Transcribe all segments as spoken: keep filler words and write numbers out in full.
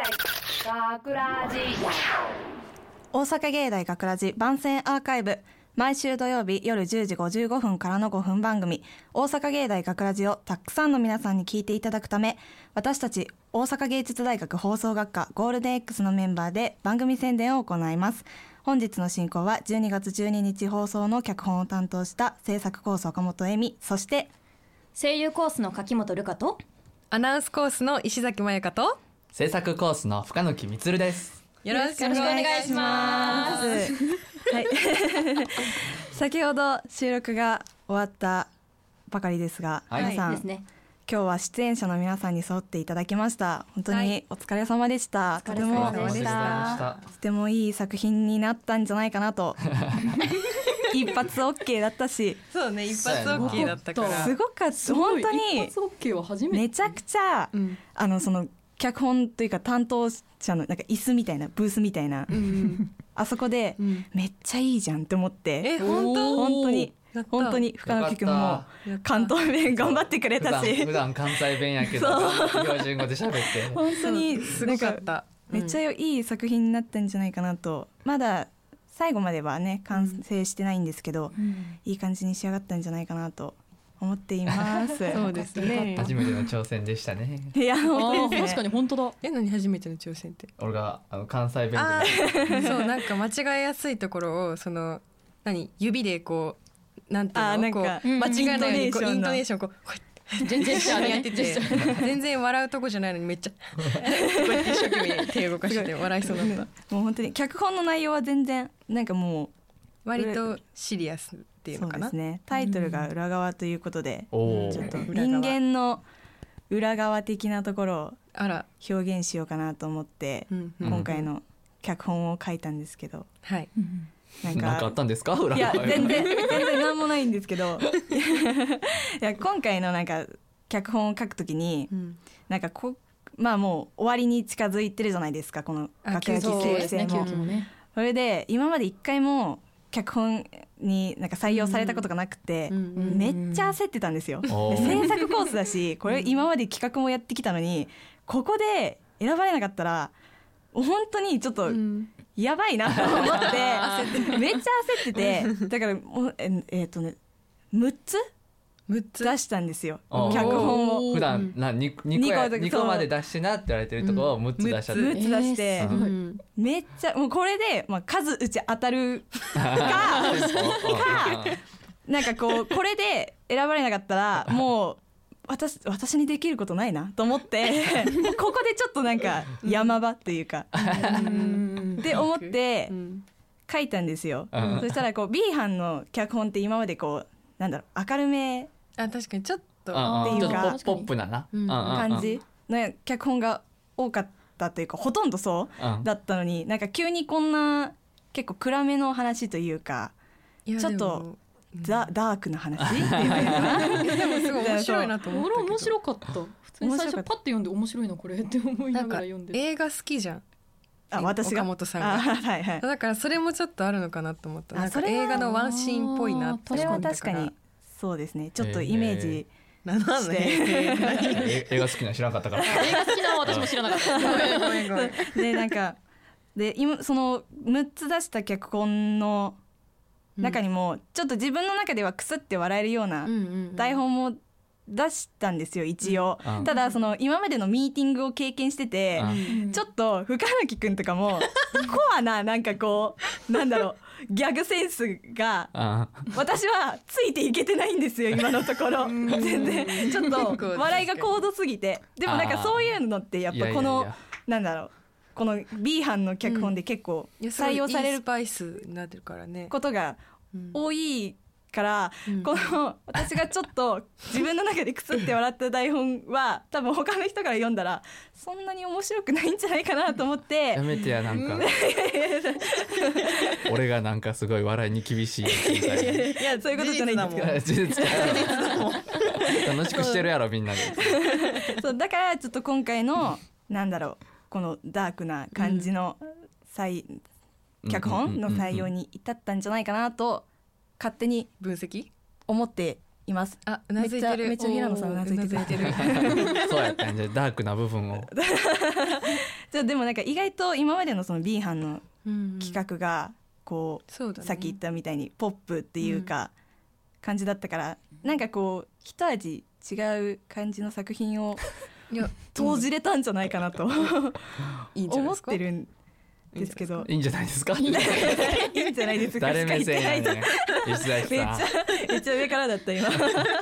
学ラジ大阪芸大学ラジ番宣アーカイブ、毎週土曜日夜じゅうじごじゅうごふんからのごふん番組大阪芸大学ラジをたくさんの皆さんに聞いていただくため、私たち大阪芸術大学放送学科ゴールデン X のメンバーで番組宣伝を行います。本日の進行はじゅうにがつじゅうににち放送の脚本を担当した制作コース岡本恵美、そして声優コースの柿本瑠香とアナウンスコースの石崎まゆかと制作コースの深貫充です。 よろしくおよろしくお願いします。 はい先ほど収録が終わったばかりですが、 はい皆さん、 ですね。 今日は出演者の皆さんに揃っていただきました。本当にお疲れ様でした。とてもお疲れ様でしたとてもいい作品になったんじゃないかなと一発 OK だったし、 そうね、一発 OK だったからすごかった本当に一発 OK は初めて。 めちゃくちゃ、 うんあのその脚本というか担当者のなんか椅子みたいなブースみたいな、 うんあそこで、 うんめっちゃいいじゃんって思ってえ、本当本当にやった本当に深貫くんもやった関東弁頑張ってくれ普段たし普段関西弁やけど標準語で喋って本当にすごかっためっちゃいい作品になったんじゃないかなと、まだ最後まではね完成してないんですけど、いい感じに仕上がったんじゃないかなと思っていますそうですね。 初めての挑戦でしたね。 いや本当ですね確かに本当だ。 え、何初めての挑戦って俺があの関西弁であーそう、なんか間違えやすいところをその何指でこうなんていうのあーなんかこう間違えないようにこうイイントネーントネーションこうこうやって全然知らないやってて全然笑うとこじゃないのにめっちゃこうやって一生懸命手動かして笑いそうだった。 もう本当に脚本の内容は全然なんかもう割とシリアスっていうのかな。 そうですね、タイトルが裏側ということで、 おちょっとー裏側人間の裏側的なところをあら、 表現しようかなと思って、 うんうん、 今回の脚本を書いたんですけど、 はい。 なんかなんかあったんですか裏いや側全然全然なんもないんですけどいや今回のなんか脚本を書くときにうんなんかこまあもう終わりに近づいてるじゃないですか、このあ学歴そう生ですね。 成も休憩もね。 それで今まで一回も脚本になんか採用されたことがなくて、 うんうんめっちゃ焦ってたんですよ。でおー制作コースだし、これ今まで企画もやってきたのにここで選ばれなかったら本当にちょっとうんやばいなと思ってめっちゃ焦ってて、だからもうええーとねむっつむっつ出したんですよ、 おー脚本を普段な 2, 2, 個や二個にこまで出してなって言われてるところをむっつ出しちゃって、 むっつ出して、 えーすごいうんめっちゃもうこれで、まあ、数打ち当たるかなんかこうこれで選ばれなかったらもう私私にできることないなと思ってもうここでちょっとなんか山場っていうかって思ってうん書いたんですよ、 うんそしたらこう B 班の脚本って今までこうなんだろう明るめあ、確かにちょっとうんうんっていうかちょっとポップなな、 うん感じの脚本が多かったというかほとんどそううんだったのに、なんか急にこんな結構暗めの話というかいやちょっとでもザ・ダークな話っていうのかないやでもすごい面白いなと思ったけど。 俺面白かった。普通に最初パッて読んで面白いなこれって思いなんがなから読んで。 映画好きじゃん。 あ私が岡本さんがあはいはいだからそれもちょっとあるのかなと思った。なんかあそれは映画のワンシーンっぽいなってそれは思ったから。 確かにそうですね、ちょっとイメージなんなんしてね。 え映画好きなの知らなかったから映画好きなのは私も知らなかった。 ごめんごめんごめん。 でなんかで今そのむっつ出した脚本の中にもちょっと自分の中ではクスって笑えるような台本も出したんですよ一応、 うんただその今までのミーティングを経験してて、 うんちょっと深貫くんとかもコアななんかこうなんだろうギャグセンスがあ私はついていけてないんですよ今のところ全然ちょっと笑いが高度すぎて、でもなんかそういうのってやっぱこのいやいやいやなんだろうこの B 班の脚本で結構いやすごい採用されるいいスパイスになってるからね。 ことがうん多いから、 うんこの私がちょっと自分の中でクスって笑った台本は多分他の人から読んだらそんなに面白くないんじゃないかなと思ってやめてやなんか俺がなんかすごい笑いに厳しいやつみたいないやそういうことじゃないんですけど事実か楽しくしてるやろみんなでそうだからちょっと今回のなんだろうこのダークな感じの採、脚本の採用に至ったんじゃないかなと勝手に分析？ 思っています。 あ、うなずいてる。 めっちゃめっちゃ平野さんうなずいてるおーうなずいてる。 そうやったんじゃダークな部分をじゃあでもなんか意外と今までのその B 班の企画がこう、 そうだね、 さっき言ったみたいにポップっていうか感じだったから、なんかこう一味違う感じの作品をいや投じれたんじゃないかなといいんじゃない思っですか。 てるんですけど、 いいんじゃないですか。 いいんじゃないですか。 誰目線やねん。石崎めっちゃさん。 めっちゃ上からだった今。 違う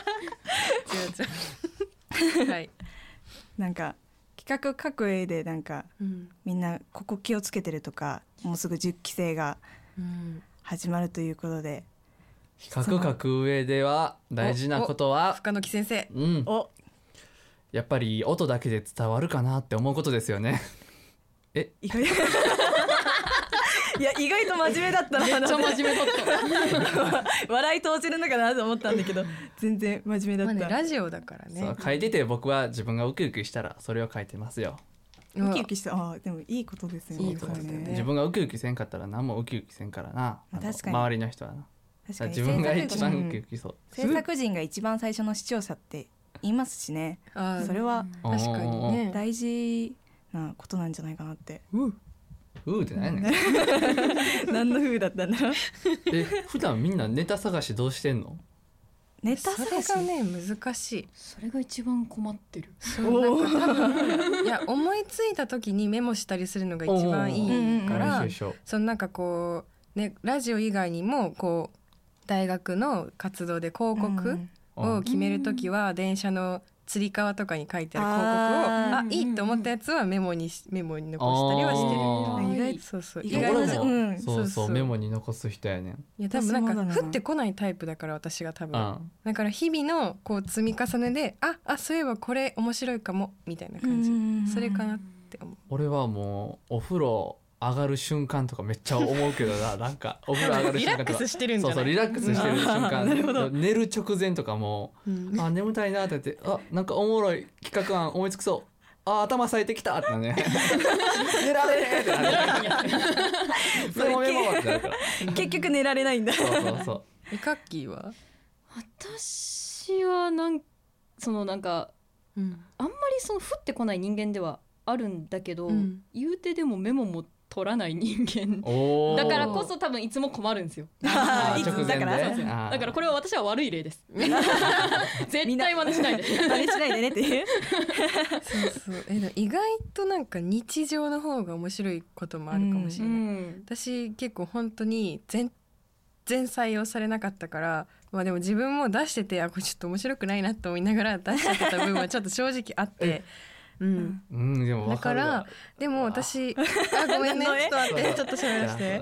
違うはい、 なんか企画書く上でなんかうんみんなここ気をつけてるとか、もうすぐじゅっき生がうん、 始まるということで、 企画書く上では大事なことは、 深野木先生、 うん、 おやっぱり音だけで伝わるかなって思うことですよね。え、 意外いや意外と真面目だったな。 めっちゃ真面目だった笑い投じるのかなと思ったんだけど、全然真面目だまあね、 った。 ラジオだからね。 そう書いてて僕は自分がウキウキしたらそれを書いてますよ。 ウキウキした。ああでもいいことですよね。 いいことだよね自分がウキウキせんかったら何もウキウキせんからな。 まああの確かに周りの人はな。 確かに自分が一番うんウキウキそう。 制作陣が一番最初の視聴者って言いますしね。 あーそれは確かにね。 大事なことなんじゃないかなって。 うーって何やねん。 何の風だったんだろう。 え、普段みんなネタ探しどうしてんの？ ネタそれ探しがね難しい。 それが一番困ってる。 そうなんか多分いや思いついた時にメモしたりするのが一番いいかうんら、 一緒一緒そのなんかこうねラジオ以外にもこう大学の活動で広告を決める時は電車のつり革とかに書いてある広告をあーあいいと思ったやつはメモにしメモに残したりはしてる。 あー意外そうそう意外と俺もうんそうそうそうそうメモに残す人やねん。 いや多分なんか私もだな降ってこないタイプだから私が多分うん。 だから日々のこう積み重ねでああそういえばこれ面白いかもみたいな感じそれかなって思う。 俺はもうお風呂上がる瞬間とかめっちゃ思うけどな。なんかお風呂上がるリ瞬間とかラックスしてるんじゃないそうそうリラックスしてる瞬なるほど間寝る直前とかもうんあ眠たいなって言ってあなんかおもろい企画案思いつくそうあ頭冴えてきたってなね寝られねえってなるメモメモってなるから結局寝られないんだ。 そうそうそうえカッキーは、 私はなんそのなんかうんあんまりその降ってこない人間ではあるんだけど、 うん言うてでもメモも取らない人間おーだからこそ多分いつも困るんですよ。 いつあー直前でだからそうそうあーだからこれは私は悪い例です。絶対真似しないで。 真似しないでねっていう。 そうそうえでも意外となんか日常の方が面白いこともあるかもしうれない、 ん、 私結構本当に全然採用されなかったからまあでも自分も出しててあこれちょっと面白くないなと思いながら出してた部分はちょっと正直あってうんうんでも分かるわだからでも私あごめんねちょっと待ってちょっと喋らせて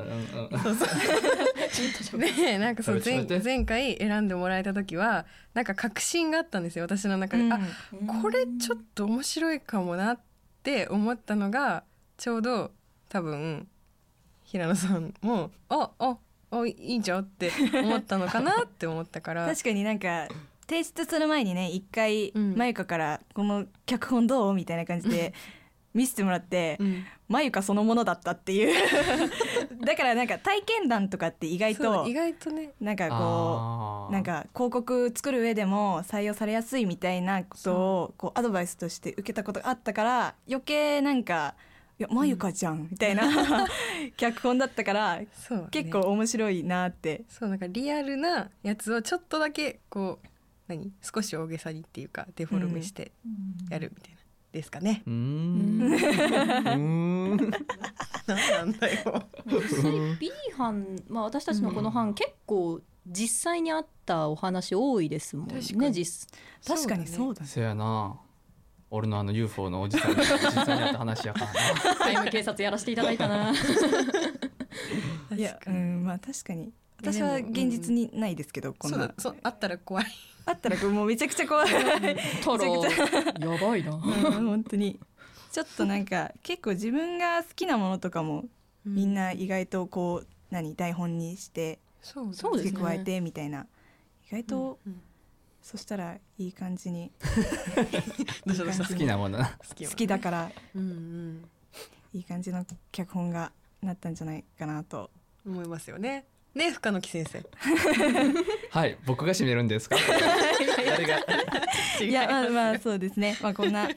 うんうんでなんかその前それそれで前回選んでもらえた時はなんか確信があったんですよ私の中で、あこれちょっと面白いかもなって思ったのがちょうど多分平野さんもあああいいんちゃうって思ったのかなって思ったから確かになんか提出する前にね一回うんまゆかからこの脚本どうみたいな感じで見せてもらって、 うんまゆかそのものだったっていうだからなんか体験談とかって意外とそう意外とねなんかこあーうなんか広告作る上でも採用されやすいみたいなことをこうアドバイスとして受けたことがあったから余計なんかいやまゆかじゃんみたいな脚本だったからそうね結構面白いなってそうなんかリアルなやつをちょっとだけこう何少し大げさにっていうかデフォルメしてやるみたいな、ですかね。 うーんうーんなんなんだよ。 実際 B 班、まあ、私たちのこの班、結構実際にあったお話多いですもん確かにね実確かにそうだねせやな俺のあの ユーフォー のおじさんに実際にあった話やからなタイム警察やらせていただいたな。 いやうんまあ確かに私は現実にないですけどこんなそうだそうあったら怖い。 あったらこれもうめちゃくちゃ怖いトロやばいな。 うん本当にちょっとなんか結構自分が好きなものとかもみんな意外とこう何台本にしてそうそうですね付け加えてみたいな意外とうんそしたらいい感じにどうしたどうした好きなものな好き好きだからうんいい感じの脚本がなったんじゃないかなとうん思いますよね。ね深野木先生。 はい僕が締めるんですか誰がいやまあまあそうですねまあこんな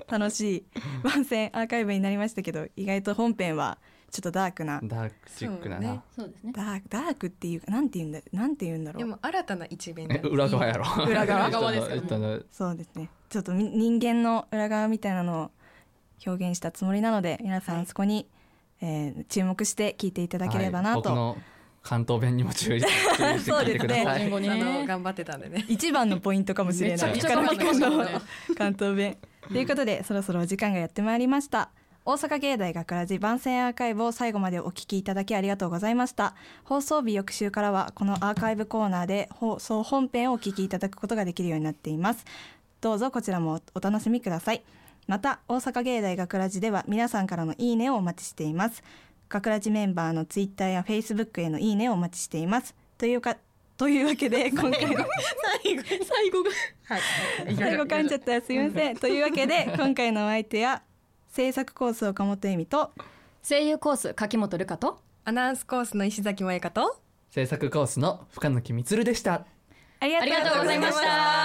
楽しい番宣アーカイブになりましたけど、意外と本編はちょっとダークなダークチックなな、 そうですね。 ダークダークっていうかなんて言うんだなんて言うんだろう。 でも新たな一面え裏側やろ裏側裏側ですかね人のそうですね。ちょっとみ人間の裏側みたいなのを表現したつもりなので、皆さんそこに、えー注目して聞いていただければなと。 はい、僕の関東弁にも注意して注意して聞いてください。 標準語あねの頑張ってたんでね。 一番のポイントかもしれない。 めちゃくちゃ頑張ってましたもんね関東弁ということで、そろそろお時間がやってまいりました。大阪芸大学ラジ番宣アーカイブを最後までお聞きいただきありがとうございました。放送日翌週からはこのアーカイブコーナーで放送本編をお聞きいただくことができるようになっています。どうぞこちらもお楽しみください。また大阪芸大学ラジでは皆さんからのいいねをお待ちしています。学ラジメンバーのツイッターやフェイスブックへのいいねをお待ちしています。というかというわけで今回の最後最後がはい。 最後噛んじゃったらすいません。というわけで今回のお相手は制作コース岡本恵美と声優コース柿本瑠香とアナウンスコースの石崎萌香と。 制作コースの深野木充でした。 ありがありがとうございました。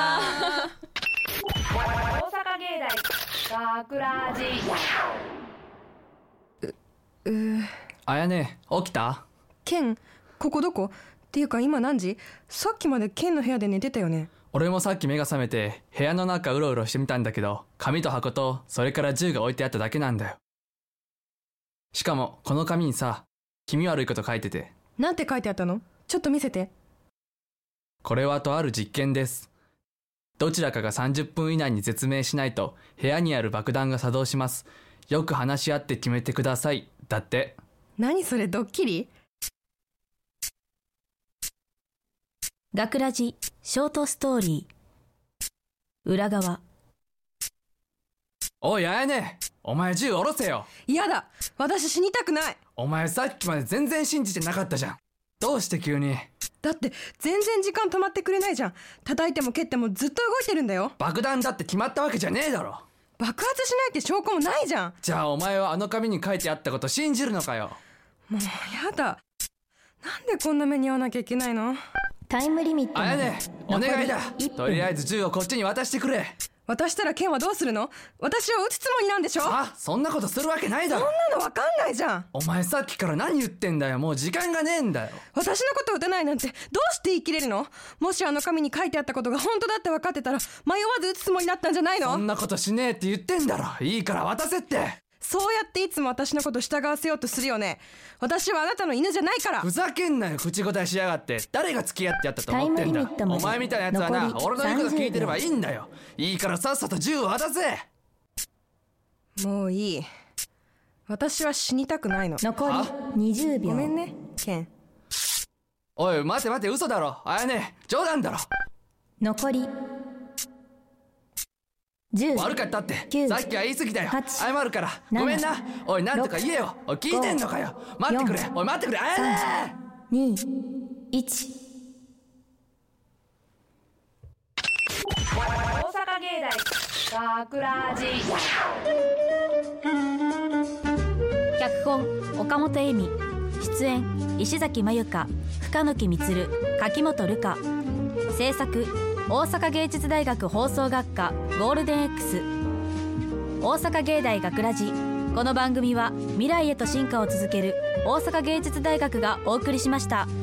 大阪芸大学ラジあやね起きた？ ケン、ここどこ？っていうか今何時？さっきまでケンの部屋で寝てたよね。 俺もさっき目が覚めて部屋の中うろうろしてみたんだけど、紙と箱とそれから銃が置いてあっただけなんだよ。しかもこの紙にさ、気味悪いこと書いてて。 なんて書いてあったの？ちょっと見せて。 これはとある実験です。どちらかがさんじゅっぷん以内に絶命しないと部屋にある爆弾が作動します。よく話し合って決めてください。だって。 何それ、ドッキリ？ 学ラジショートストーリー裏側。 おいあやね、お前銃下ろせよ。 嫌だ、私死にたくない。 お前さっきまで全然信じてなかったじゃん。どうして急に？ だって全然時間止まってくれないじゃん。叩いても蹴ってもずっと動いてるんだよ。 爆弾だって決まったわけじゃねえだろ。 爆発しないって証拠もないじゃん。 じゃあお前はあの紙に書いてあったこと信じるのかよ。 もうやだ、なんでこんな目に遭わなきゃいけないの？ タイムリミットあやね、お願いだ。 いっぷんとりあえず銃をこっちに渡してくれ。 渡したらケンはどうするの？私を撃つつもりなんでしょ？ あ、そんなことするわけないだろ。 そんなのわかんないじゃん。 お前さっきから何言ってんだよ。もう時間がねえんだよ。 私のことを撃たないなんてどうして言い切れるの？もしあの紙に書いてあったことが本当だって分かってたら迷わず撃つつもりだったんじゃないの？ そんなことしねえって言ってんだろ。いいから渡せって。 そうやっていつも私のこと従わせようとするよね。私はあなたの犬じゃないから。 ふざけんなよ、口答えしやがって。誰が付き合ってやったと思ってんだ。 タイムリミットまでお前みたいなやつはな、 残り俺の言うこと聞いてればいいんだよ。いいからさっさと銃を渡せ。 もういい、私は死にたくないの。 残りにじゅうびょう。 ごめんねケン。 おい待て待て、嘘だろ。あやね、冗談だろ。 残りじゅう。 悪かったってきゅうさっきは言い過ぎだよ。 はち謝るからごめんな。おいなんとか言えよ。おい聞いてんのかよ。待ってくれ、おい待ってくれ。あやね。 にいち。 大阪芸大学ラジ脚本岡本恵美、出演石崎まゆか、深野木充、柿本瑠香。制作大阪芸術大学放送学科ゴールデン X。 大阪芸大学ラジ。この番組は未来へと進化を続ける大阪芸術大学がお送りしました。